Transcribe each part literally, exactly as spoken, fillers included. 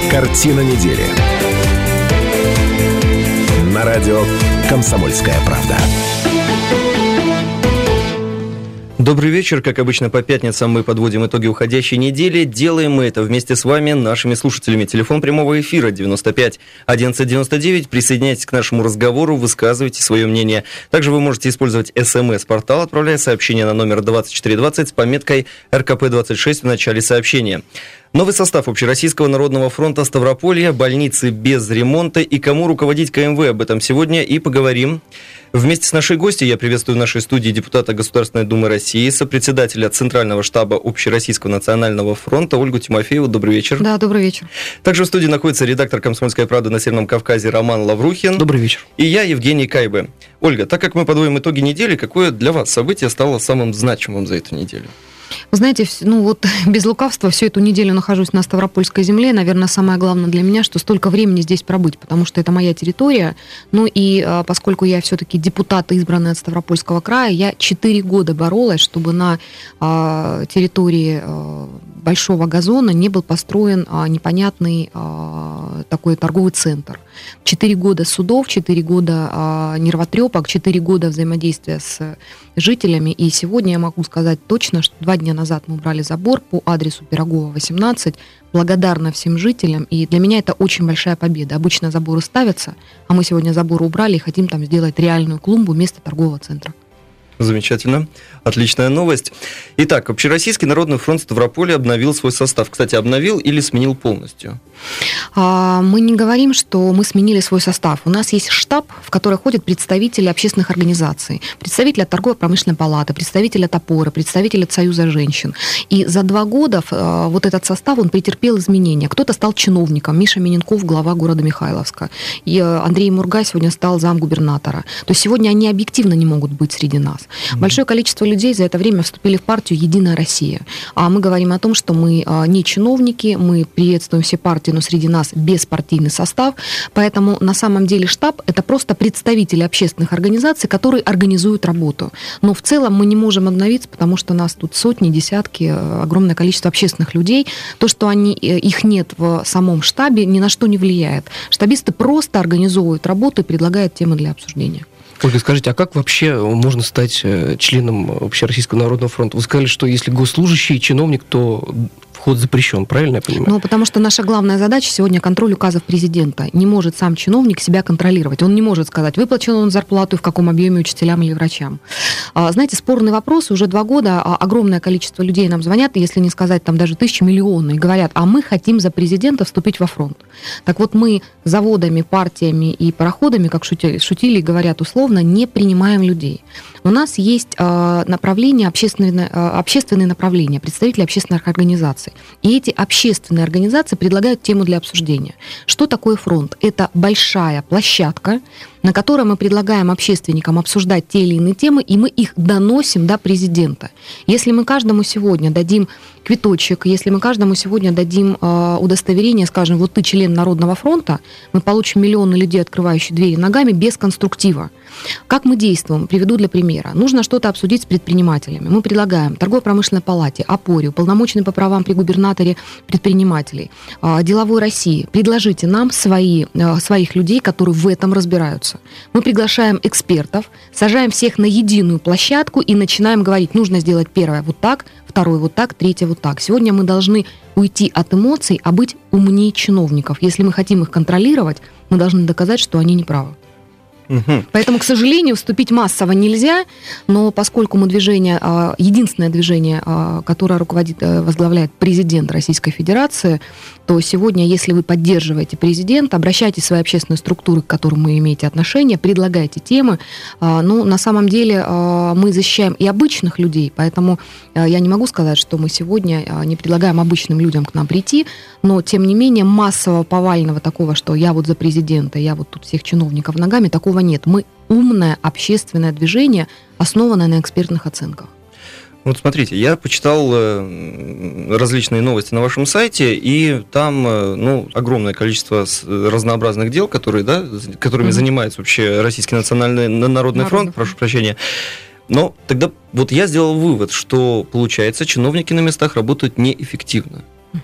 Картина недели. На радио «Комсомольская правда». Добрый вечер. Как обычно, по пятницам мы подводим итоги уходящей недели. Делаем мы это вместе с вами, нашими слушателями. Телефон прямого эфира девяносто пять одиннадцать девяносто девять. Присоединяйтесь к нашему разговору, высказывайте свое мнение. Также вы можете использовать СМС-портал, отправляя сообщение на номер двадцать четыре двадцать с пометкой эр ка пэ двадцать шесть в начале сообщения. Новый состав Общероссийского народного фронта Ставрополья, больницы без ремонта и кому руководить ка эм вэ. Об этом сегодня и поговорим. Вместе с нашей гостьей я приветствую в нашей студии депутата Государственной Думы России, сопредседателя Центрального штаба Общероссийского национального фронта Ольгу Тимофееву. Добрый вечер. Да, добрый вечер. Также в студии находится редактор «Комсомольской правды» на Северном Кавказе Роман Лаврухин. Добрый вечер. И я, Евгений Кайбе. Ольга, так как мы подводим итоги недели, какое для вас событие стало самым значимым за эту неделю? Вы знаете, ну вот без лукавства всю эту неделю нахожусь на Ставропольской земле. Наверное, самое главное для меня, что столько времени здесь пробыть, потому что это моя территория. Ну и а, поскольку я все-таки депутат, избранный от Ставропольского края, я четыре года боролась, чтобы на а, территории а, Большого Газона не был построен а, непонятный а, такой торговый центр. Четыре года судов, четыре года а, нервотрепок, четыре года взаимодействия с жителями. И сегодня я могу сказать точно, что два дня назад мы убрали забор по адресу Пирогова, восемнадцать. Благодарна всем жителям. И для меня это очень большая победа. Обычно заборы ставятся, а мы сегодня заборы убрали и хотим там сделать реальную клумбу вместо торгового центра. Замечательно. Отличная новость. Итак, Общероссийский народный фронт Ставрополья обновил свой состав. Кстати, обновил или сменил полностью? Мы не говорим, что мы сменили свой состав. У нас есть штаб, в который ходят представители общественных организаций, представители от торгово-промышленной палаты, представители от ОПОРы, представители от Союза женщин. И за два года вот этот состав, он претерпел изменения. Кто-то стал чиновником. Миша Миненков, глава города Михайловска. И Андрей Мурга сегодня стал замгубернатора. То есть сегодня они объективно не могут быть среди нас. Mm-hmm. Большое количество людей за это время вступили в партию «Единая Россия». А мы говорим о том, что мы не чиновники, мы приветствуем все партии, но среди нас беспартийный состав. Поэтому на самом деле штаб – это просто представители общественных организаций, которые организуют работу. Но в целом мы не можем обновиться, потому что нас тут сотни, десятки, огромное количество общественных людей. То, что они, их нет в самом штабе, ни на что не влияет. Штабисты просто организовывают работу и предлагают темы для обсуждения. Ольга, скажите, а как вообще можно стать членом Общероссийского народного фронта? Вы сказали, что если госслужащий и чиновник, то вход запрещен, правильно я понимаю? Ну, потому что наша главная задача сегодня контроль указов президента. Не может сам чиновник себя контролировать. Он не может сказать, выплачен он зарплату и в каком объеме учителям или врачам. Знаете, спорный вопрос. Уже два года огромное количество людей нам звонят, если не сказать там даже тысячи, миллионы, и говорят, а мы хотим за президента вступить во фронт. Так вот, мы заводами, партиями и пароходами, как шутили, шутили и говорят условно, не принимаем людей. У нас есть направление, общественные, общественные направления, представители общественных организаций. И эти общественные организации предлагают тему для обсуждения. Что такое фронт? Это большая площадка, на которой мы предлагаем общественникам обсуждать те или иные темы, и мы их доносим до президента. Если мы каждому сегодня дадим квиточек, если мы каждому сегодня дадим э, удостоверение, скажем, вот ты член Народного фронта, мы получим миллионы людей, открывающие двери ногами, без конструктива. Как мы действуем? Приведу для примера. Нужно что-то обсудить с предпринимателями. Мы предлагаем торгово-промышленной палате, ОПОРе, уполномоченной по правам при губернаторе предпринимателей, э, Деловой России. Предложите нам свои, э, своих людей, которые в этом разбираются. Мы приглашаем экспертов, сажаем всех на единую площадку и начинаем говорить, нужно сделать первое вот так, второе вот так, третье вот так. Сегодня мы должны уйти от эмоций, а быть умнее чиновников. Если мы хотим их контролировать, мы должны доказать, что они неправы. Угу. Поэтому, к сожалению, вступить массово нельзя, но поскольку мы движение, единственное движение, которое руководит, возглавляет президент Российской Федерации, то сегодня, если вы поддерживаете президента, обращайтесь в свои общественные структуры, к которым вы имеете отношение, предлагайте темы. Ну, на самом деле мы защищаем и обычных людей, поэтому я не могу сказать, что мы сегодня не предлагаем обычным людям к нам прийти, но, тем не менее, массового повального такого, что я вот за президента, я вот тут всех чиновников ногами, такого нет. Мы умное общественное движение, основанное на экспертных оценках. Вот смотрите, я почитал различные новости на вашем сайте, и там ну, огромное количество разнообразных дел, которые, да, которыми mm-hmm. занимается вообще Российский национальный народный Народный фронт, прошу прощения. Но тогда вот я сделал вывод, что, получается, чиновники на местах работают неэффективно. Mm-hmm.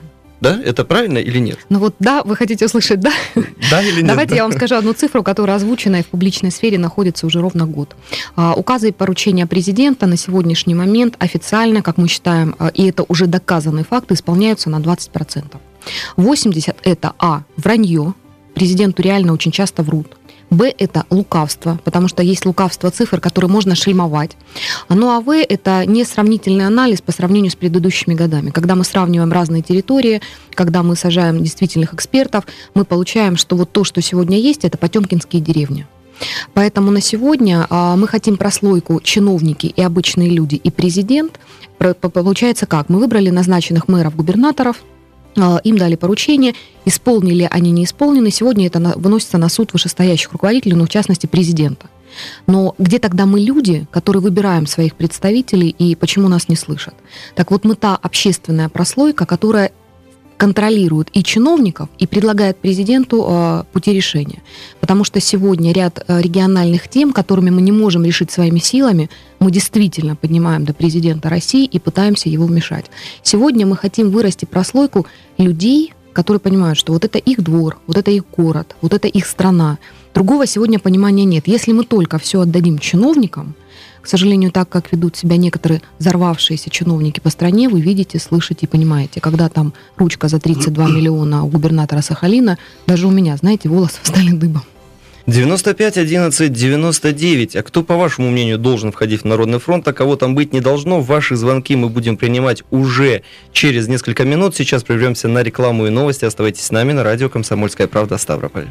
Да? Это правильно или нет? Ну вот да, вы хотите услышать да? Да или нет? Давайте да? я вам скажу одну цифру, которая озвучена и в публичной сфере находится уже ровно год. А, указы и поручения президента на сегодняшний момент официально, как мы считаем, и это уже доказанный факт, исполняются на двадцать процентов. восемьдесят процентов это а. вранье, президенту реально очень часто врут. Б – это лукавство, потому что есть лукавство цифр, которые можно шельмовать. Ну а В – это несравнительный анализ по сравнению с предыдущими годами. Когда мы сравниваем разные территории, когда мы сажаем действительных экспертов, мы получаем, что вот то, что сегодня есть, это потемкинские деревни. Поэтому на сегодня а, мы хотим прослойку чиновники и обычные люди, и президент. Получается как? Мы выбрали назначенных мэров, губернаторов, им дали поручение, исполнили они, не исполнены. Сегодня это выносится на суд вышестоящих руководителей, ну, в частности, президента. Но где тогда мы люди, которые выбираем своих представителей, и почему нас не слышат? Так вот, мы та общественная прослойка, которая контролирует и чиновников, и предлагает президенту э, пути решения. Потому что сегодня ряд э, региональных тем, которыми мы не можем решить своими силами, мы действительно поднимаем до президента России и пытаемся его вмешать. Сегодня мы хотим вырасти прослойку людей, которые понимают, что вот это их двор, вот это их город, вот это их страна. Другого сегодня понимания нет. Если мы только все отдадим чиновникам, к сожалению, так, как ведут себя некоторые взорвавшиеся чиновники по стране, вы видите, слышите и понимаете. Когда там ручка за тридцать два миллиона у губернатора Сахалина, даже у меня, знаете, волосы встали дыбом. девяносто пять одиннадцать девяносто девять. А кто, по вашему мнению, должен входить в Народный фронт, а кого там быть не должно? Ваши звонки мы будем принимать уже через несколько минут. Сейчас прервемся на рекламу и новости. Оставайтесь с нами на радио «Комсомольская правда» Ставрополь.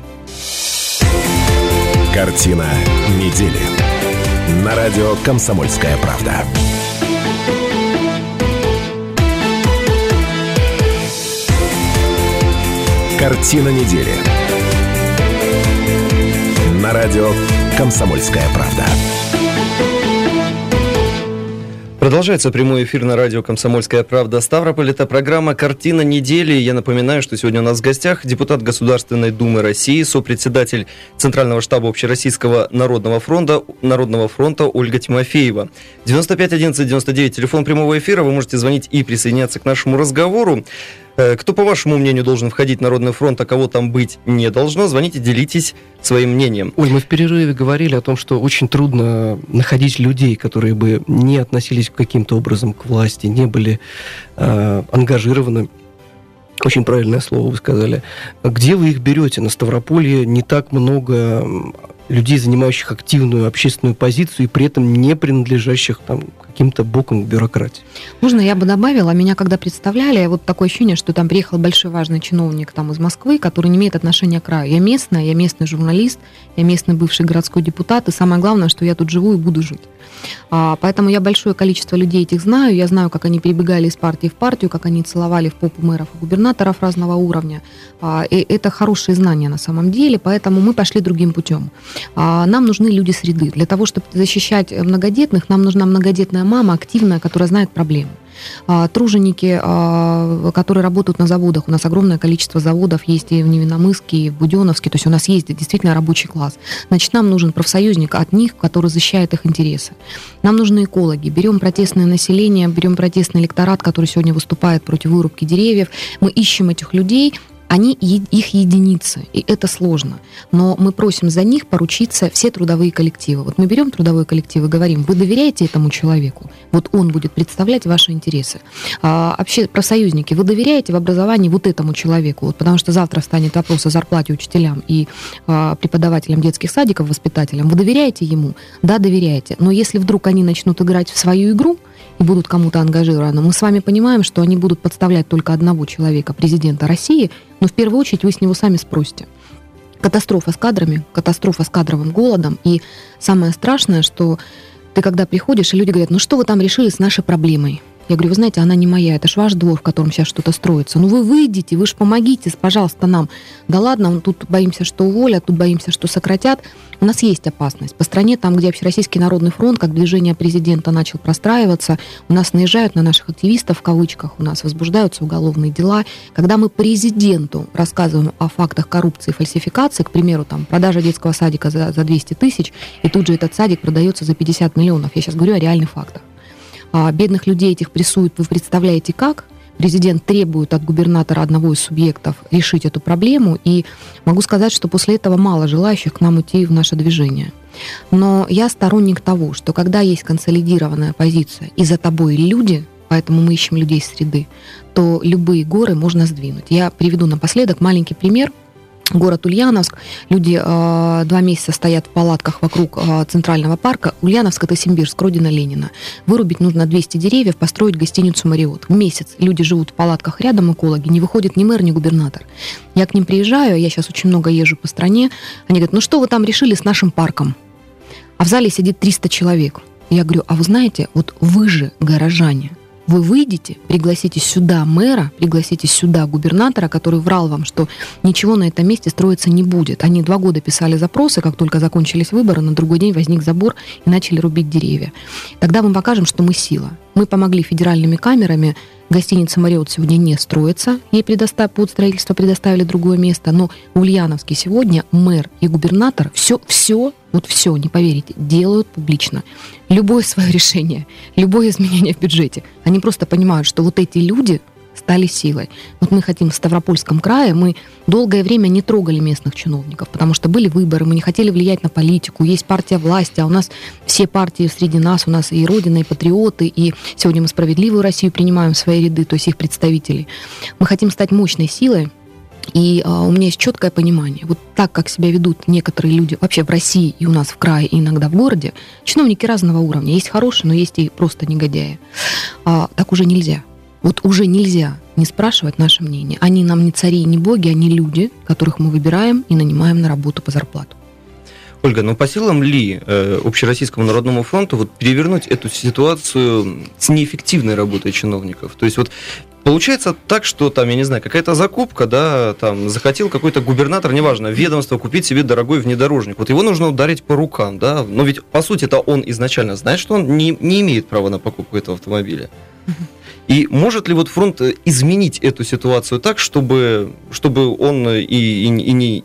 Картина недели. На радио «Комсомольская правда». Картина недели. На радио «Комсомольская правда». Продолжается прямой эфир на радио «Комсомольская правда» Ставрополь. Это программа «Картина недели». Я напоминаю, что сегодня у нас в гостях депутат Государственной Думы России, сопредседатель Центрального штаба Общероссийского народного фронта, Народного фронта Ольга Тимофеева. девяносто пять одиннадцать девяносто девять, телефон прямого эфира. Вы можете звонить и присоединяться к нашему разговору. Кто, по вашему мнению, должен входить в Народный фронт, а кого там быть не должно? Звоните, делитесь своим мнением. Оль, мы в перерыве говорили о том, что очень трудно находить людей, которые бы не относились каким-то образом к власти, не были э, ангажированы. Очень правильное слово вы сказали. Где вы их берете? На Ставрополье не так много людей, занимающих активную общественную позицию и при этом не принадлежащих там, каким-то боком к бюрократии. Можно я бы добавила, меня когда представляли, вот такое ощущение, что там приехал большой важный чиновник там, из Москвы, который не имеет отношения к краю. Я местная, я местный журналист, я местный бывший городской депутат, и самое главное, что я тут живу и буду жить. А, поэтому я большое количество людей этих знаю, я знаю, как они перебегали из партии в партию, как они целовали в попу мэров и губернаторов разного уровня. А, и это хорошие знания на самом деле, поэтому мы пошли другим путем. А, нам нужны люди среды. Для того, чтобы защищать многодетных, нам нужна многодетная мама, активная, которая знает проблемы. А, труженики, а, которые работают на заводах, у нас огромное количество заводов есть и в Невинномысске, и в Буденновске, то есть у нас есть действительно рабочий класс. Значит, нам нужен профсоюзник от них, который защищает их интересы. Нам нужны экологи. Берем протестное население, берем протестный электорат, который сегодня выступает против вырубки деревьев. Мы ищем этих людей, они их единицы, и это сложно. Но мы просим за них поручиться все трудовые коллективы. Вот мы берем трудовой коллектив и говорим, вы доверяете этому человеку? Вот он будет представлять ваши интересы. А, вообще, профсоюзники, вы доверяете в образовании вот этому человеку? Вот, потому что завтра встанет вопрос о зарплате учителям и а, преподавателям детских садиков, воспитателям. Вы доверяете ему? Да, доверяете. Но если вдруг они начнут играть в свою игру, и будут кому-то ангажированы, мы с вами понимаем, что они будут подставлять только одного человека, президента России, но в первую очередь вы с него сами спросите. Катастрофа с кадрами, катастрофа с кадровым голодом, и самое страшное, что ты когда приходишь, и люди говорят, ну что вы там решили с нашей проблемой? Я говорю, вы знаете, она не моя, это ж ваш двор, в котором сейчас что-то строится. Ну вы выйдите, вы ж помогите, пожалуйста, нам. Да ладно, тут боимся, что уволят, тут боимся, что сократят. У нас есть опасность. По стране, там, где Общероссийский народный фронт, как движение президента начал простраиваться, у нас наезжают на наших активистов, в кавычках, у нас возбуждаются уголовные дела. Когда мы президенту рассказываем о фактах коррупции и фальсификации, к примеру, там, продажа детского садика за, за двести тысяч, и тут же этот садик продается за пятьдесят миллионов. Я сейчас говорю о реальных фактах. А бедных людей этих прессуют, вы представляете как? президент требует от губернатора одного из субъектов решить эту проблему, и могу сказать, что после этого мало желающих к нам идти в наше движение. Но я сторонник того, что когда есть консолидированная позиция и за тобой люди, поэтому мы ищем людей среды, то любые горы можно сдвинуть. Я приведу напоследок маленький пример. Город Ульяновск. Люди э, два месяца стоят в палатках вокруг э, Центрального парка. Ульяновск — это Симбирск, родина Ленина. Вырубить нужно двести деревьев, построить гостиницу «Мариот». В месяц люди живут в палатках рядом, экологи. Не выходит ни мэр, ни губернатор. Я к ним приезжаю, я сейчас очень много езжу по стране. Они говорят: ну что вы там решили с нашим парком? А в зале сидит триста человек. Я говорю: а вы знаете, вот вы же горожане. Вы выйдете, пригласите сюда мэра, пригласите сюда губернатора, который врал вам, что ничего на этом месте строиться не будет. Они два года писали запросы, как только закончились выборы, на другой день возник забор и начали рубить деревья. Тогда мы покажем, что мы сила. Мы помогли федеральными камерами. Гостиница «Мариот» сегодня не строится. Ей предостав... под строительство предоставили другое место. Но в Ульяновске сегодня мэр и губернатор все, все, вот все, не поверите, делают публично. Любое свое решение, любое изменение в бюджете. Они просто понимают, что вот эти люди стали силой. Вот мы хотим в Ставропольском крае, мы долгое время не трогали местных чиновников, потому что были выборы, мы не хотели влиять на политику, есть партия власти, а у нас все партии среди нас, у нас и Родина, и Патриоты, и сегодня мы «Справедливую Россию» принимаем в свои ряды, то есть их представителей. Мы хотим стать мощной силой, и а, у меня есть четкое понимание. Вот так, как себя ведут некоторые люди вообще в России и у нас в крае, и иногда в городе, чиновники разного уровня. Есть хорошие, но есть и просто негодяи. А, так уже нельзя. Вот уже нельзя не спрашивать наше мнение. Они нам не цари, не боги, они люди, которых мы выбираем и нанимаем на работу по зарплату. Ольга, ну по силам ли э, Общероссийскому народному фронту вот перевернуть эту ситуацию с неэффективной работой чиновников? То есть вот получается так, что там, я не знаю, какая-то закупка, да, там захотел какой-то губернатор, неважно, ведомство купить себе дорогой внедорожник. Вот его нужно ударить по рукам, да, но ведь по сути это он изначально знает, что он не, не имеет права на покупку этого автомобиля. И может ли вот фронт изменить эту ситуацию так, чтобы, чтобы он и, и, и не,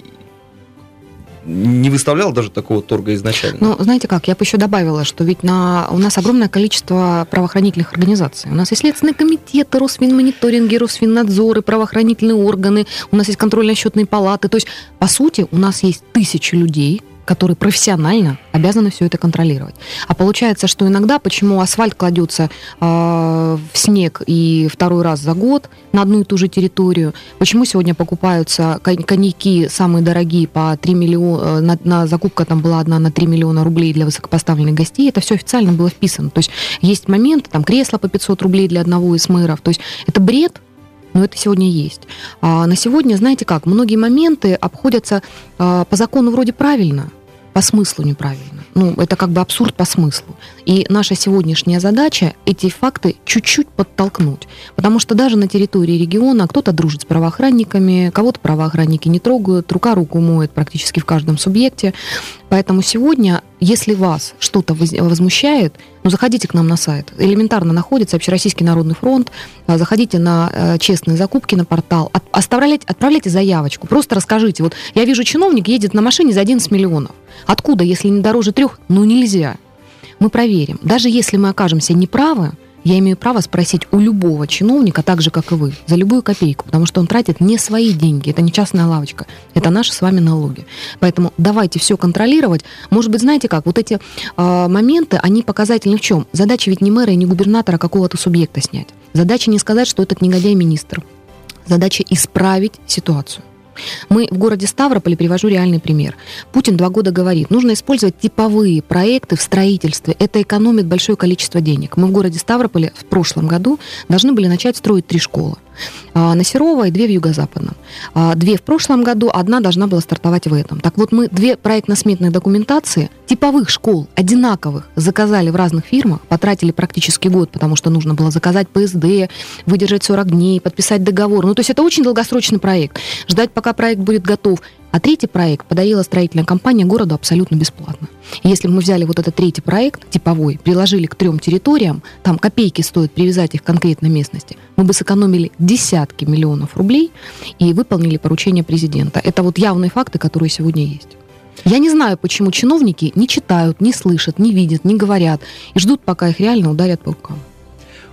не выставлял даже такого торга изначально? Ну, знаете как, я бы еще добавила, что ведь на, у нас огромное количество правоохранительных организаций. У нас есть Следственные комитеты, Росфинмониторинги, Росфиннадзоры, правоохранительные органы, у нас есть контрольно-счетные палаты. То есть, по сути, у нас есть тысячи людей, которые профессионально обязаны все это контролировать. А получается, что иногда, почему асфальт кладется э, в снег и второй раз за год на одну и ту же территорию, почему сегодня покупаются коньяки самые дорогие по три миллиона, на, на закупка там была одна на три миллиона рублей для высокопоставленных гостей, это все официально было вписано. То есть есть моменты, там кресло по пятьсот рублей для одного из мэров, то есть это бред. Но это сегодня есть. А на сегодня, знаете как, многие моменты обходятся а, по закону вроде правильно, по смыслу неправильно. Ну, это как бы абсурд по смыслу. И наша сегодняшняя задача эти факты чуть-чуть подтолкнуть. Потому что даже на территории региона кто-то дружит с правоохранниками, кого-то правоохранники не трогают, рука руку моет практически в каждом субъекте. Поэтому сегодня, если вас что-то возмущает, ну, заходите к нам на сайт. Элементарно находится Общероссийский народный фронт. Заходите на честные закупки, на портал. Отправляйте, отправляйте заявочку. Просто расскажите. Вот я вижу, чиновник едет на машине за одиннадцать миллионов. Откуда, если не дороже трех? Ну, нельзя. Мы проверим. Даже если мы окажемся неправы, я имею право спросить у любого чиновника, так же, как и вы, за любую копейку, потому что он тратит не свои деньги, это не частная лавочка, это наши с вами налоги. Поэтому давайте все контролировать. Может быть, знаете как, вот эти э, моменты, они показательны в чем? Задача ведь не мэра и не губернатора, а какого-то субъекта снять. Задача не сказать, что этот негодяй министр. Задача исправить ситуацию. Мы в городе Ставрополе, привожу реальный пример. Путин два года говорит, нужно использовать типовые проекты в строительстве. Это экономит большое количество денег. Мы в городе Ставрополе в прошлом году должны были начать строить три школы. На Серова и две в Юго-Западном. Две в прошлом году, одна должна была стартовать в этом. Так вот, мы две проектно-сметные документации типовых школ, одинаковых, заказали в разных фирмах, потратили практически год, потому что нужно было заказать пэ эс дэ, выдержать сорок дней, подписать договор. Ну, то есть это очень долгосрочный проект. Ждать, пока проект будет готов. А третий проект подарила строительная компания городу абсолютно бесплатно. И если бы мы взяли вот этот третий проект, типовой, приложили к трем территориям, там копейки стоит привязать их к конкретной местности, мы бы сэкономили десятки миллионов рублей и выполнили поручение президента. Это вот явные факты, которые сегодня есть. Я не знаю, почему чиновники не читают, не слышат, не видят, не говорят и ждут, пока их реально ударят по рукам.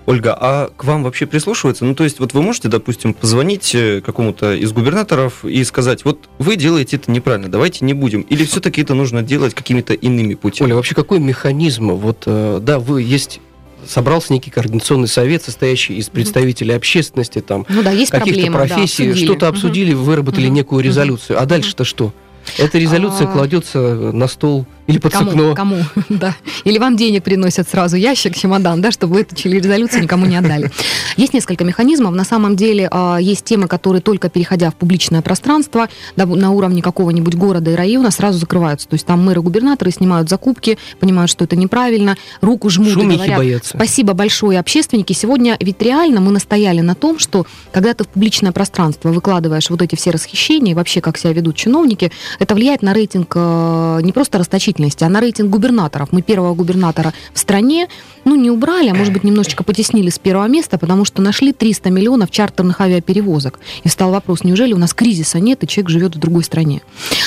Ольга, а к вам вообще прислушиваются? Ну, то есть, вот вы можете, допустим, позвонить какому-то из губернаторов и сказать, вот вы делаете это неправильно, давайте не будем. Или все-таки это нужно делать какими-то иными путями? Оля, вообще какой механизм? Вот, да, вы есть... Собрался некий координационный совет, состоящий из представителей общественности, там, ну да, есть каких-то проблема, профессий, да, что-то обсудили, угу. выработали угу. некую резолюцию. А дальше-то что? Эта резолюция а... кладется на стол или под кому, сукно. Кому? Да. Или вам денег приносят сразу ящик, чемодан, да, чтобы вы эту резолюцию никому не отдали. Есть несколько механизмов. На самом деле есть темы, которые только переходя в публичное пространство на уровне какого-нибудь города и района сразу закрываются. То есть там мэры, губернаторы снимают закупки, понимают, что это неправильно, руку жмут Шумихи и говорят, боятся. Спасибо большое, общественники. Сегодня ведь реально мы настояли на том, что когда ты в публичное пространство выкладываешь вот эти все расхищения и вообще как себя ведут чиновники, это влияет на рейтинг не просто расточительности, а на рейтинг губернаторов. Мы первого губернатора в стране, ну, не убрали, а, может быть, немножечко потеснили с первого места, потому что нашли триста миллионов чартерных авиаперевозок. И встал вопрос, неужели у нас кризиса нет, и человек живет в другой стране?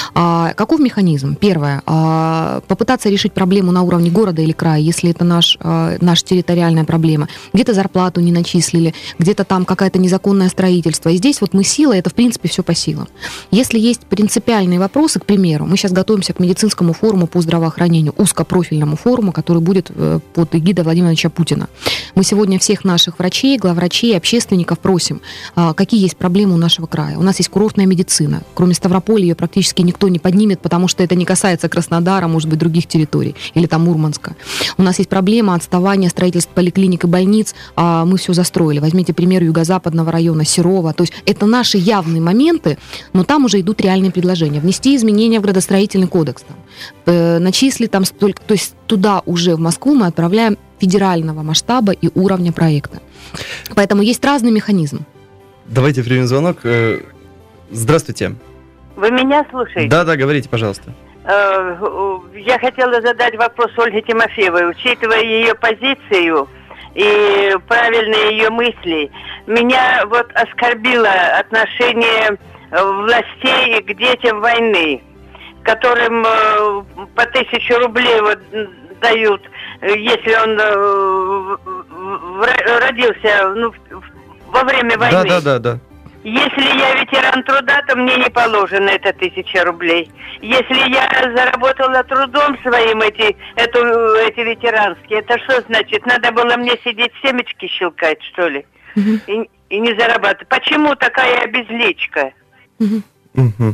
А, каков механизм? Первое. А, попытаться решить проблему на уровне города или края, если это наш, а, наша территориальная проблема. Где-то зарплату не начислили, где-то там какое-то незаконное строительство. И здесь вот мы сила, это, в принципе, все по силам. Если есть принципиальные вопросы, к примеру, мы сейчас готовимся к медицинскому форуму по здравоохранению, узкопрофильному форуму, который будет под эгидой Владимира Владимировича Путина. Мы сегодня всех наших врачей, главврачей, общественников просим, какие есть проблемы у нашего края. У нас есть курортная медицина. Кроме Ставрополя ее практически никто не поднимет, потому что это не касается Краснодара, может быть, других территорий, или там Мурманска. У нас есть проблема отставания строительства поликлиник и больниц, а мы все застроили. Возьмите пример юго-западного района, Серова. То есть это наши явные моменты, но там уже идут реальные предложения. Внести изменения в градостроительный кодекс. Там, начислить там столько... То есть туда уже, в Москву, мы отправляем федерального масштаба и уровня проекта. Поэтому есть разный механизм. Давайте примем звонок. Здравствуйте. Вы меня слушаете? Да, да, говорите, пожалуйста. Я хотела задать вопрос Ольге Тимофеевой. Учитывая ее позицию и правильные ее мысли, меня вот оскорбило отношение властей к детям войны, которым по тысяче рублей вот дают, если он родился ну, во время войны. Да, да, да, да. Если я ветеран труда, то мне не положено это тысяча рублей. Если я заработала трудом своим эти, эту, эти ветеранские, это что значит? Надо было мне сидеть семечки щелкать, что ли? Угу. И, и не зарабатывать. Почему такая обезличка? Угу. Угу.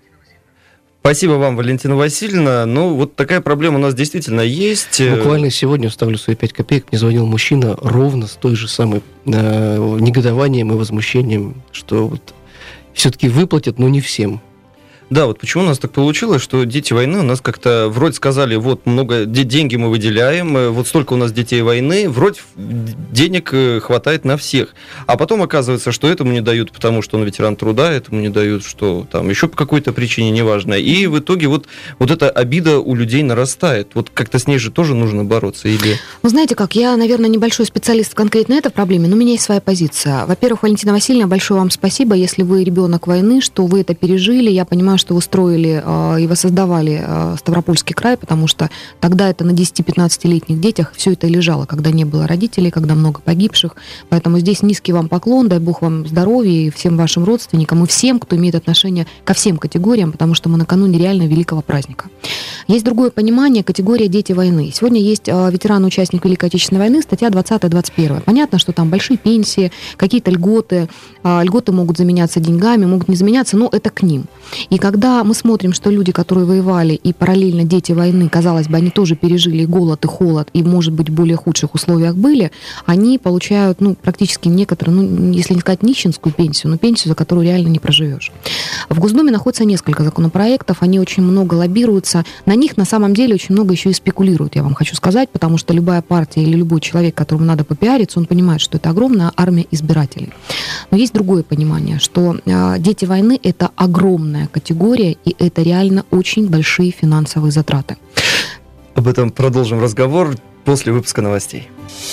Спасибо вам, Валентина Васильевна. Ну, вот такая проблема у нас действительно есть. Буквально сегодня, вставлю свои пять копеек, мне звонил мужчина ровно с той же самой э, негодованием и возмущением, что вот все-таки выплатят, но не всем. Да, вот почему у нас так получилось, что дети войны у нас как-то вроде сказали, вот много деньги мы выделяем, вот столько у нас детей войны, вроде денег хватает на всех. А потом оказывается, что этому не дают, потому что он ветеран труда, этому не дают, что там еще по какой-то причине, неважно. И в итоге вот, вот эта обида у людей нарастает. Вот как-то с ней же тоже нужно бороться. Или... Вы знаете как, я, наверное, небольшой специалист конкретно этой проблеме, но у меня есть своя позиция. Во-первых, Валентина Васильевна, большое вам спасибо, если вы ребенок войны, что вы это пережили. Я понимаю, что вы строили э, и воссоздавали э, Ставропольский край, потому что тогда это на десяти-пятнадцатилетних детях все это лежало, когда не было родителей, когда много погибших. Поэтому здесь низкий вам поклон, дай Бог вам здоровья и всем вашим родственникам, и всем, кто имеет отношение ко всем категориям, потому что мы накануне реально великого праздника. Есть другое понимание, категория «Дети войны». Сегодня есть э, ветеран-участник Великой Отечественной войны, статья двадцатая двадцать первая. Понятно, что там большие пенсии, какие-то льготы, э, льготы могут заменяться деньгами, могут не заменяться, но это к ним. И когда мы смотрим, что люди, которые воевали, и параллельно дети войны, казалось бы, они тоже пережили голод и холод, и, может быть, в более худших условиях были, они получают, ну, практически некоторые, ну, если не сказать нищенскую пенсию, но пенсию, за которую реально не проживешь. В Госдуме находится несколько законопроектов, они очень много лоббируются, на них, на самом деле, очень много еще и спекулируют, я вам хочу сказать, потому что любая партия или любой человек, которому надо попиариться, он понимает, что это огромная армия избирателей. Но есть другое понимание, что э, дети войны – это огромная категория, и это реально очень большие финансовые затраты. Об этом продолжим разговор после выпуска новостей.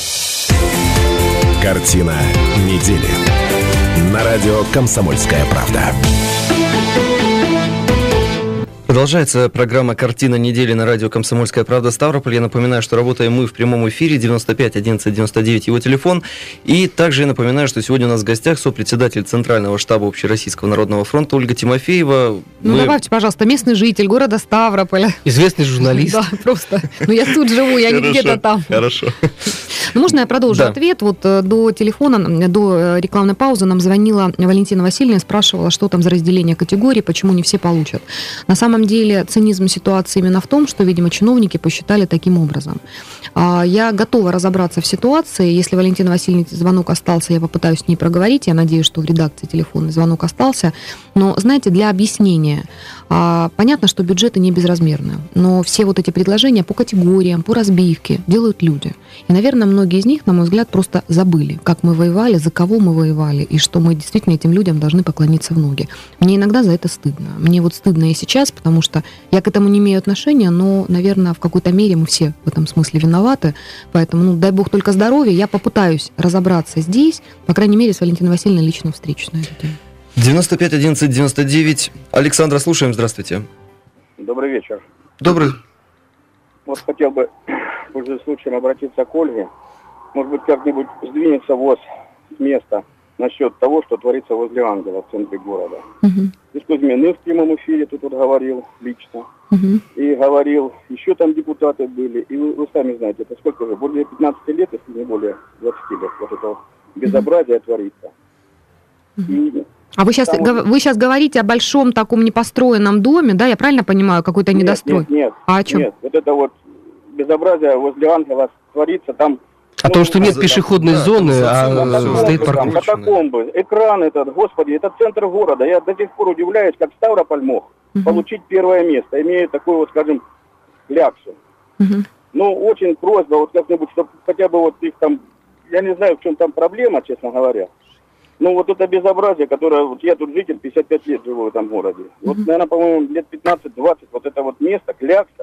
Картина недели. На радио «Комсомольская правда». Продолжается программа «Картина недели» на радио «Комсомольская правда» Ставрополь. Я напоминаю, что работаем мы в прямом эфире, девяносто пять одиннадцать девяносто девять его телефон. И также я напоминаю, что сегодня у нас в гостях сопредседатель Центрального штаба Общероссийского народного фронта Ольга Тимофеева. Ну, мы... добавьте, пожалуйста, местный житель города Ставрополя. Известный журналист. Да, просто. Ну, я тут живу, я не где-то там. Хорошо. Ну, можно я продолжу Да. ответ? Вот э, до телефона, до рекламной паузы нам звонила Валентина Васильевна и спрашивала, что там за разделение категорий, почему не все получат. На самом деле цинизм ситуации именно в том, что, видимо, чиновники посчитали таким образом. А, Я готова разобраться в ситуации. Если Валентина Васильевна звонок остался, я попытаюсь с ней проговорить. Я надеюсь, что в редакции телефонный звонок остался. Но, знаете, для объяснения. а, Понятно, что бюджеты не безразмерны, но все вот эти предложения по категориям, по разбивке делают люди. И, наверное, многие из них, на мой взгляд, просто забыли, как мы воевали, за кого мы воевали, и что мы действительно этим людям должны поклониться в ноги. Мне иногда за это стыдно. Мне вот стыдно и сейчас, потому что я к этому не имею отношения, но, наверное, в какой-то мере мы все в этом смысле виноваты. Поэтому, ну, дай бог только здоровья, я попытаюсь разобраться здесь, по крайней мере, с Валентиной Васильевной лично встречусь на эту тему. девяносто пять одиннадцать девяносто девять. Александра, слушаем, здравствуйте. Добрый вечер. Добрый. Вот хотел бы, пользуясь случаем, обратиться к Ольге. Может быть, как-нибудь сдвинется ВОЗ с места насчет того, что творится возле Ангела в центре города. Угу. Здесь Кузьмин в прямом эфире тут вот говорил лично. Угу. И говорил, еще там депутаты были. И вы, вы сами знаете, это сколько уже? Более пятнадцати лет, если не более двадцати лет. Вот это безобразие творится. И А вы сейчас, там гов- вы сейчас говорите о большом таком непостроенном доме, да? Я правильно понимаю, какой-то нет, недострой? Нет, нет, А о чем? нет. Вот это вот безобразие возле Ангела творится там. О том, что нет да, пешеходной да, зоны, там а всё стоит там парковка. Катакомбы, экран этот, господи, это центр города. Я до сих пор удивляюсь, как Ставрополь мог Мгм. получить первое место, имея такую вот, скажем, ляксу. Мгм. Ну, очень просьба, вот как-нибудь, чтобы хотя бы вот их там, я не знаю, в чем там проблема, честно говоря. Ну, вот это безобразие, которое, вот я тут житель, пятьдесят пять лет живу в этом городе. Вот, наверное, по-моему, лет пятнадцать-двадцать, вот это вот место, клякса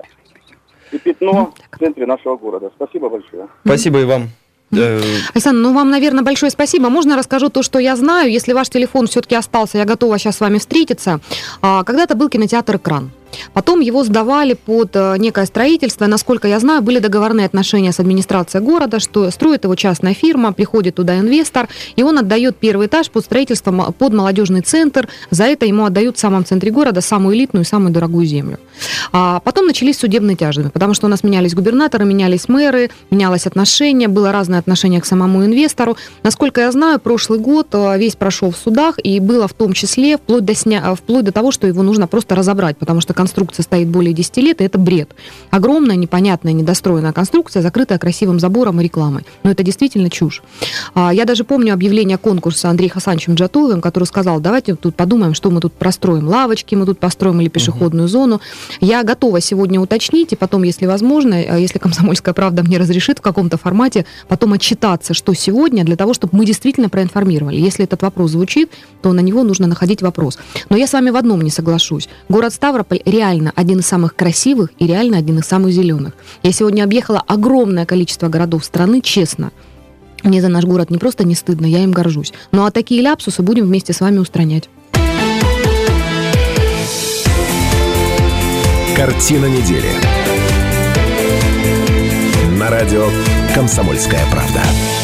и пятно в центре нашего города. Спасибо большое. Спасибо и вам. Э, Александр, ну вам, наверное, большое спасибо. Можно я расскажу то, что я знаю? Если ваш телефон все-таки остался, я готова сейчас с вами встретиться. А, Когда-то был кинотеатр «Экран». Потом его сдавали под э, некое строительство. Насколько я знаю, были договорные отношения с администрацией города, что строит его частная фирма, приходит туда инвестор, и он отдает первый этаж под строительство, мо- под молодежный центр. За это ему отдают в самом центре города самую элитную и самую дорогую землю. А потом начались судебные тяжбы, потому что у нас менялись губернаторы, менялись мэры, менялось отношение, было разное отношение к самому инвестору. Насколько я знаю, прошлый год э, весь прошел в судах, и было в том числе вплоть до, сня... вплоть до того, что его нужно просто разобрать, потому что конструкция стоит более десяти лет, и это бред. Огромная, непонятная, недостроенная конструкция, закрытая красивым забором и рекламой. Но это действительно чушь. А, Я даже помню объявление конкурса Андреем Хасановичем Джатуевым, который сказал, давайте тут подумаем, что мы тут простроим, лавочки мы тут построим или пешеходную зону. Я готова сегодня уточнить, и потом, если возможно, если «Комсомольская правда» мне разрешит в каком-то формате, потом отчитаться, что сегодня, для того, чтобы мы действительно проинформировали. Если этот вопрос звучит, то на него нужно находить вопрос. Но я с вами в одном не соглашусь. Город Ставрополь реально один из самых красивых и реально один из самых зеленых. Я сегодня объехала огромное количество городов страны, честно. Мне за наш город не просто не стыдно, я им горжусь. Ну а такие ляпсусы будем вместе с вами устранять. Картина недели. На радио «Комсомольская правда».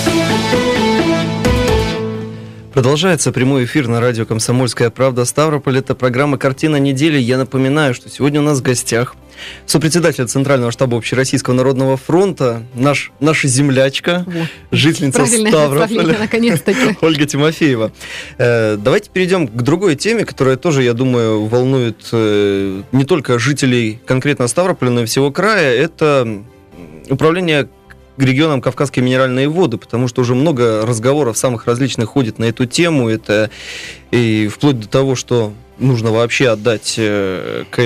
Продолжается прямой эфир на радио «Комсомольская правда» Ставрополь. Это программа «Картина недели». Я напоминаю, что сегодня у нас в гостях сопредседатель Центрального штаба Общероссийского народного фронта, наш, наша землячка, Вот. жительница Правильное Ставрополя, наставление, наконец-таки. Ольга Тимофеева. Э, Давайте перейдем к другой теме, которая тоже, я думаю, волнует э, не только жителей конкретно Ставрополя, но и всего края. Это управление регионам Кавказские минеральные воды, потому что уже много разговоров самых различных ходит на эту тему. Это и вплоть до того, что нужно вообще отдать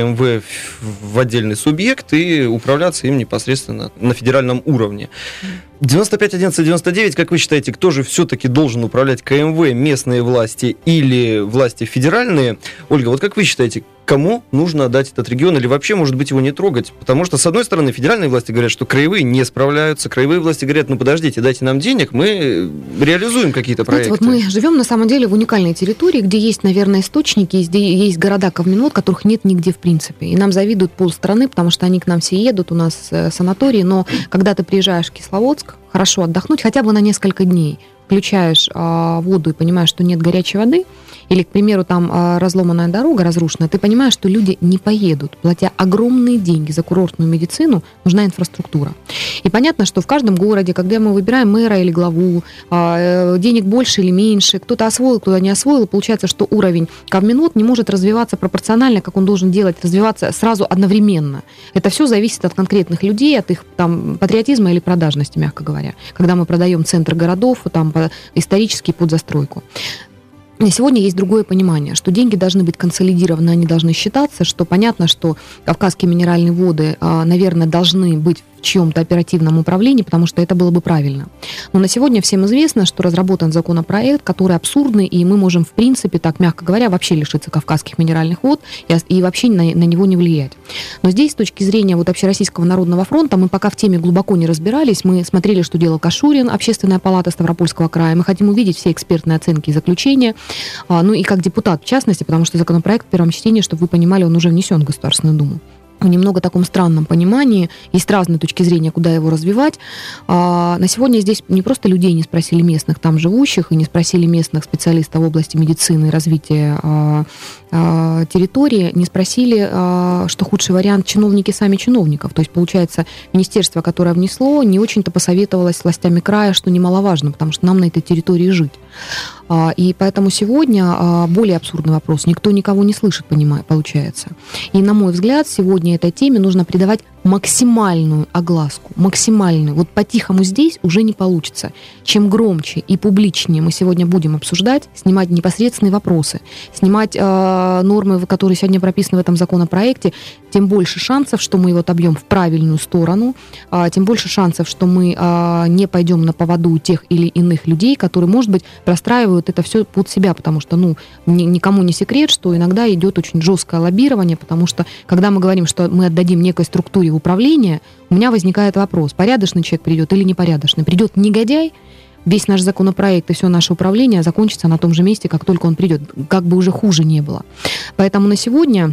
КМВ в отдельный субъект и управляться им непосредственно на федеральном уровне. девяносто пять одиннадцать девяносто девять, как вы считаете, кто же все-таки должен управлять КМВ, местные власти или власти федеральные? Ольга, вот как вы считаете, кому нужно отдать этот регион или вообще, может быть, его не трогать? Потому что, с одной стороны, федеральные власти говорят, что краевые не справляются, краевые власти говорят, ну подождите, дайте нам денег, мы реализуем какие-то проекты. Знаете, вот мы живем на самом деле в уникальной территории, где есть, наверное, источники, где есть города Ковминвод, которых нет нигде в принципе. И нам завидуют полстраны, потому что они к нам все едут, у нас санатории, но когда ты приезжаешь в Кисловодск, хорошо отдохнуть хотя бы на несколько дней, включаешь а, воду и понимаешь, что нет горячей воды, или, к примеру, там а, разломанная дорога разрушена, ты понимаешь, что люди не поедут. Платя огромные деньги за курортную медицину, нужна инфраструктура. И понятно, что в каждом городе, когда мы выбираем мэра или главу, а, денег больше или меньше, кто-то освоил, кто-то не освоил, получается, что уровень Ковминвод не может развиваться пропорционально, как он должен делать, развиваться сразу одновременно. Это все зависит от конкретных людей, от их там, патриотизма или продажности, мягко говоря. Когда мы продаем центр городов, там, исторически под застройку. И сегодня есть другое понимание, что деньги должны быть консолидированы, они должны считаться, что понятно, что Кавказские минеральные воды, наверное, должны быть в чьем-то оперативном управлении, потому что это было бы правильно. Но на сегодня всем известно, что разработан законопроект, который абсурдный, и мы можем, в принципе, так мягко говоря, вообще лишиться Кавказских минеральных вод и, и вообще на, на него не влиять. Но здесь, с точки зрения вот Общероссийского народного фронта, мы пока в теме глубоко не разбирались, мы смотрели, что делал Кашурин, Общественная палата Ставропольского края, мы хотим увидеть все экспертные оценки и заключения, ну и как депутат, в частности, потому что законопроект в первом чтении, чтобы вы понимали, он уже внесен в Государственную Думу. В немного таком странном понимании, есть разные точки зрения, куда его развивать. А, на сегодня здесь не просто людей не спросили местных там живущих, и не спросили местных специалистов в области медицины и развития а, а, территории, не спросили, а, что худший вариант, чиновники сами чиновников. То есть, получается, министерство, которое внесло, не очень-то посоветовалось с властями края, что немаловажно, потому что нам на этой территории жить. А, и поэтому сегодня а, более абсурдный вопрос. Никто никого не слышит, понимаю, получается. И, на мой взгляд, сегодня этой теме нужно придавать максимальную огласку, максимальную. Вот по-тихому здесь уже не получится. Чем громче и публичнее мы сегодня будем обсуждать, снимать непосредственные вопросы, снимать э, нормы, которые сегодня прописаны в этом законопроекте, тем больше шансов, что мы его отобьем в правильную сторону, э, тем больше шансов, что мы э, не пойдем на поводу у тех или иных людей, которые, может быть, простраивают это все под себя, потому что, ну, ни, никому не секрет, что иногда идет очень жесткое лоббирование, потому что, когда мы говорим, что мы отдадим некой структуре управления, у меня возникает вопрос, порядочный человек придет или непорядочный. Придет негодяй, весь наш законопроект и все наше управление закончится на том же месте, как только он придет, как бы уже хуже не было. Поэтому на сегодня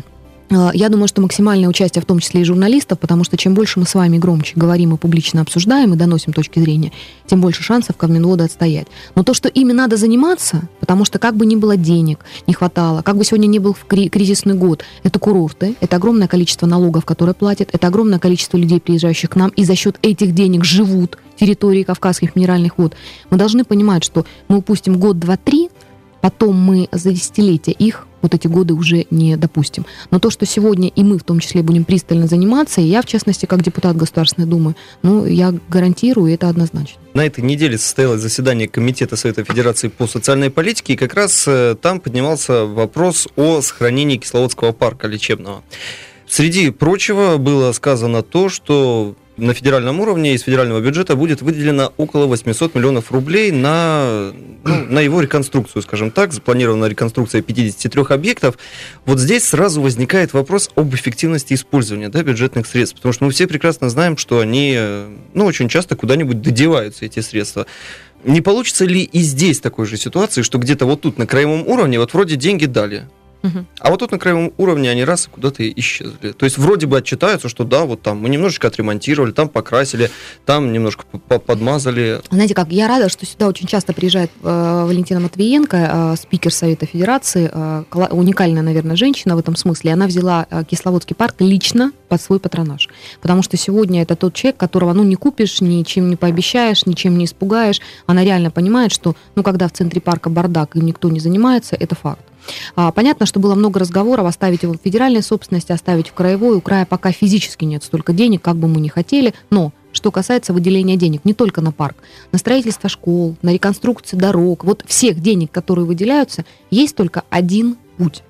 я думаю, что максимальное участие, в том числе и журналистов, потому что чем больше мы с вами громче говорим и публично обсуждаем и доносим точки зрения, тем больше шансов Ковминводу отстоять. Но то, что ими надо заниматься, потому что как бы ни было денег, не хватало, как бы сегодня не был в кризисный год, это курорты, это огромное количество налогов, которые платят, это огромное количество людей, приезжающих к нам, и за счет этих денег живут территории Кавказских минеральных вод. Мы должны понимать, что мы упустим год, два, три, потом мы за десятилетия их вот эти годы уже не допустим. Но то, что сегодня и мы в том числе будем пристально заниматься, и я, в частности, как депутат Государственной Думы, ну, я гарантирую, это однозначно. На этой неделе состоялось заседание Комитета Совета Федерации по социальной политике, и как раз там поднимался вопрос о сохранении Кисловодского парка лечебного. Среди прочего было сказано то, что на федеральном уровне из федерального бюджета будет выделено около восемьсот миллионов рублей на, ну, на его реконструкцию, скажем так. Запланирована реконструкция пятидесяти трёх объектов. Вот здесь сразу возникает вопрос об эффективности использования, да, бюджетных средств, потому что мы все прекрасно знаем, что они, ну, очень часто куда-нибудь додеваются, эти средства. Не получится ли и здесь такой же ситуации, что где-то вот тут на краевом уровне вот вроде деньги дали, а вот тут на краевом уровне они раз и куда-то исчезли. То есть вроде бы отчитаются, что да, вот там мы немножечко отремонтировали, там покрасили, там немножко подмазали. Знаете как, я рада, что сюда очень часто приезжает э, Валентина Матвиенко, э, спикер Совета Федерации, э, уникальная, наверное, женщина в этом смысле. Она взяла э, Кисловодский парк лично под свой патронаж. Потому что сегодня это тот человек, которого, ну, не купишь, ничем не пообещаешь, ничем не испугаешь. Она реально понимает, что, ну, когда в центре парка бардак и никто не занимается, это факт. Понятно, что было много разговоров оставить его в федеральной собственности, оставить в краевой. У края пока физически нет столько денег, как бы мы ни хотели. Но что касается выделения денег, не только на парк, на строительство школ, на реконструкцию дорог, вот всех денег, которые выделяются, есть только один путь.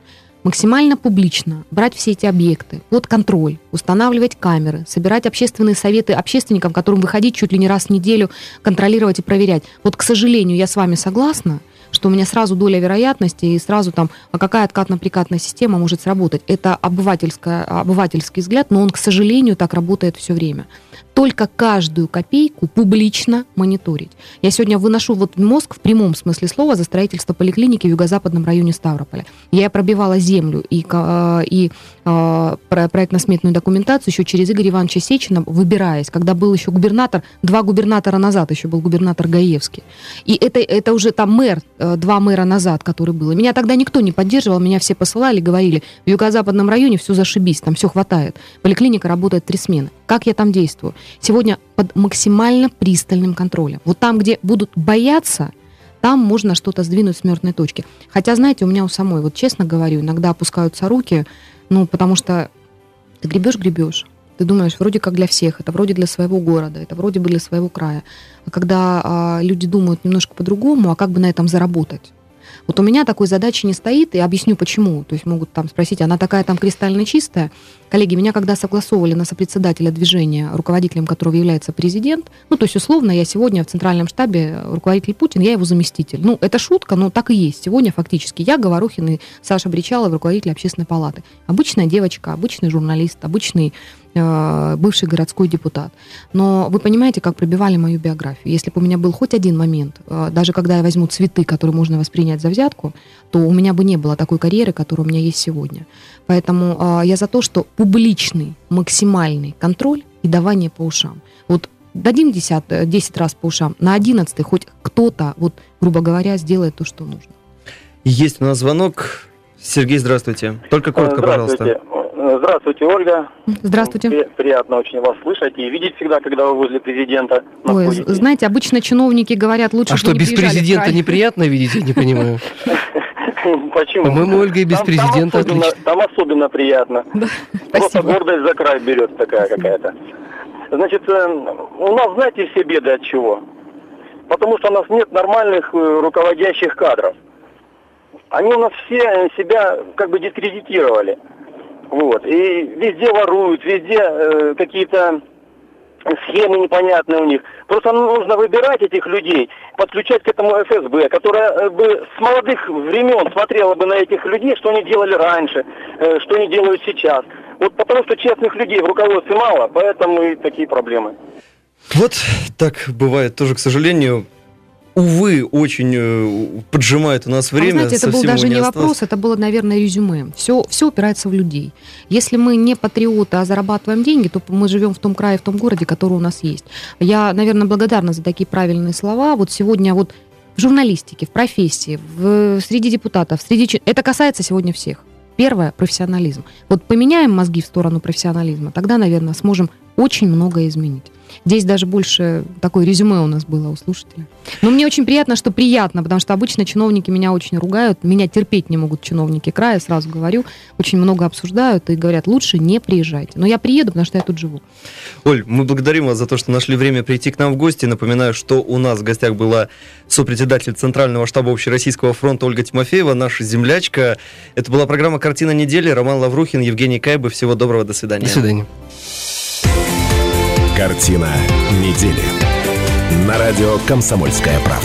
максимально публично брать все эти объекты под контроль, устанавливать камеры, собирать общественные советы общественникам, которым выходить чуть ли не раз в неделю, контролировать и проверять. Вот, к сожалению, я с вами согласна, что у меня сразу доля вероятности и сразу там, а какая откатно-прикатная система может сработать. Это обывательский взгляд, но он, к сожалению, так работает все время. Только каждую копейку публично мониторить. Я сегодня выношу вот мозг в прямом смысле слова за строительство поликлиники в юго-западном районе Ставрополя. Я пробивала землю и, и проектно-сметную документацию еще через Игоря Ивановича Сечина, выбираясь, когда был еще губернатор, два губернатора назад еще был губернатор Гаевский. И это, это уже там мэр, два мэра назад, который был. И меня тогда никто не поддерживал, меня все посылали, говорили, в юго-западном районе все зашибись, там все хватает. Поликлиника работает три смены. Как я там действую? Сегодня под максимально пристальным контролем. Вот там, где будут бояться, там можно что-то сдвинуть с мертвой точки. Хотя, знаете, у меня у самой, вот честно говорю, иногда опускаются руки, ну, потому что ты гребешь-гребешь. Ты думаешь, вроде как для всех, это вроде для своего города, это вроде бы для своего края. А когда а, люди думают немножко по-другому, а как бы на этом заработать? Вот у меня такой задачи не стоит, и объясню почему. То есть могут там спросить, она такая там кристально чистая? Коллеги, меня когда согласовывали на сопредседателя движения, руководителем которого является президент, ну, то есть условно я сегодня в центральном штабе руководитель Путин, я его заместитель. Ну, это шутка, но так и есть. Сегодня фактически я, Говорухин и Саша Бричалов, руководитель общественной палаты. Обычная девочка, обычный журналист, обычный бывший городской депутат. Но вы понимаете, как пробивали мою биографию. Если бы у меня был хоть один момент, даже когда я возьму цветы, которые можно воспринять за взятку, то у меня бы не было такой карьеры, которая у меня есть сегодня. Поэтому я за то, что публичный, максимальный контроль и давание по ушам. Вот дадим десять, десять раз по ушам, на одиннадцатый хоть кто-то, вот, грубо говоря, сделает то, что нужно. Есть у нас звонок. Сергей, здравствуйте. Только коротко, здравствуйте. пожалуйста. Здравствуйте, Ольга. Здравствуйте. При, приятно очень вас слышать и видеть всегда, когда вы возле президента Ой, находитесь. Знаете, обычно чиновники говорят, лучше А бы что, не без приезжали в президента край. неприятно видеть, я не понимаю. Почему? По-моему, Ольга и без там, президента там особенно, отлично. там особенно приятно. Да, Просто спасибо. гордость за край берет такая какая-то. Значит, у нас, знаете, все беды от чего? Потому что у нас нет нормальных руководящих кадров. Они у нас все себя как бы дискредитировали. Вот. И везде воруют, везде э, какие-то схемы непонятные у них. Просто нужно выбирать этих людей, подключать к этому эф эс бэ, которая бы с молодых времен смотрела бы на этих людей, что они делали раньше, э, что они делают сейчас. Вот потому что честных людей в руководстве мало, поэтому и такие проблемы. Вот так бывает тоже, к сожалению. Увы, очень поджимает у нас время. А вы знаете, это был даже не осталось. Вопрос, это было, наверное, резюме. Все, все упирается в людей. Если мы не патриоты, а зарабатываем деньги, то мы живем в том крае, в том городе, который у нас есть. Я, наверное, благодарна за такие правильные слова. Вот сегодня вот в журналистике, в профессии, в, среди депутатов, среди... это касается сегодня всех. Первое – профессионализм. Вот поменяем мозги в сторону профессионализма, тогда, наверное, сможем очень многое изменить. Здесь даже больше такое резюме у нас было у слушателя. Но мне очень приятно, что приятно, потому что обычно чиновники меня очень ругают, меня терпеть не могут чиновники края, сразу говорю, очень много обсуждают и говорят, лучше не приезжайте. Но я приеду, потому что я тут живу. Оль, мы благодарим вас за то, что нашли время прийти к нам в гости. Напоминаю, что у нас в гостях была сопредседатель Центрального штаба Общероссийского фронта Ольга Тимофеева, наша землячка. Это была программа «Картина недели». Роман Лаврухин, Евгений Кайбы. Всего доброго, до свидания. До свидания. Картина недели. На радио «Комсомольская правда».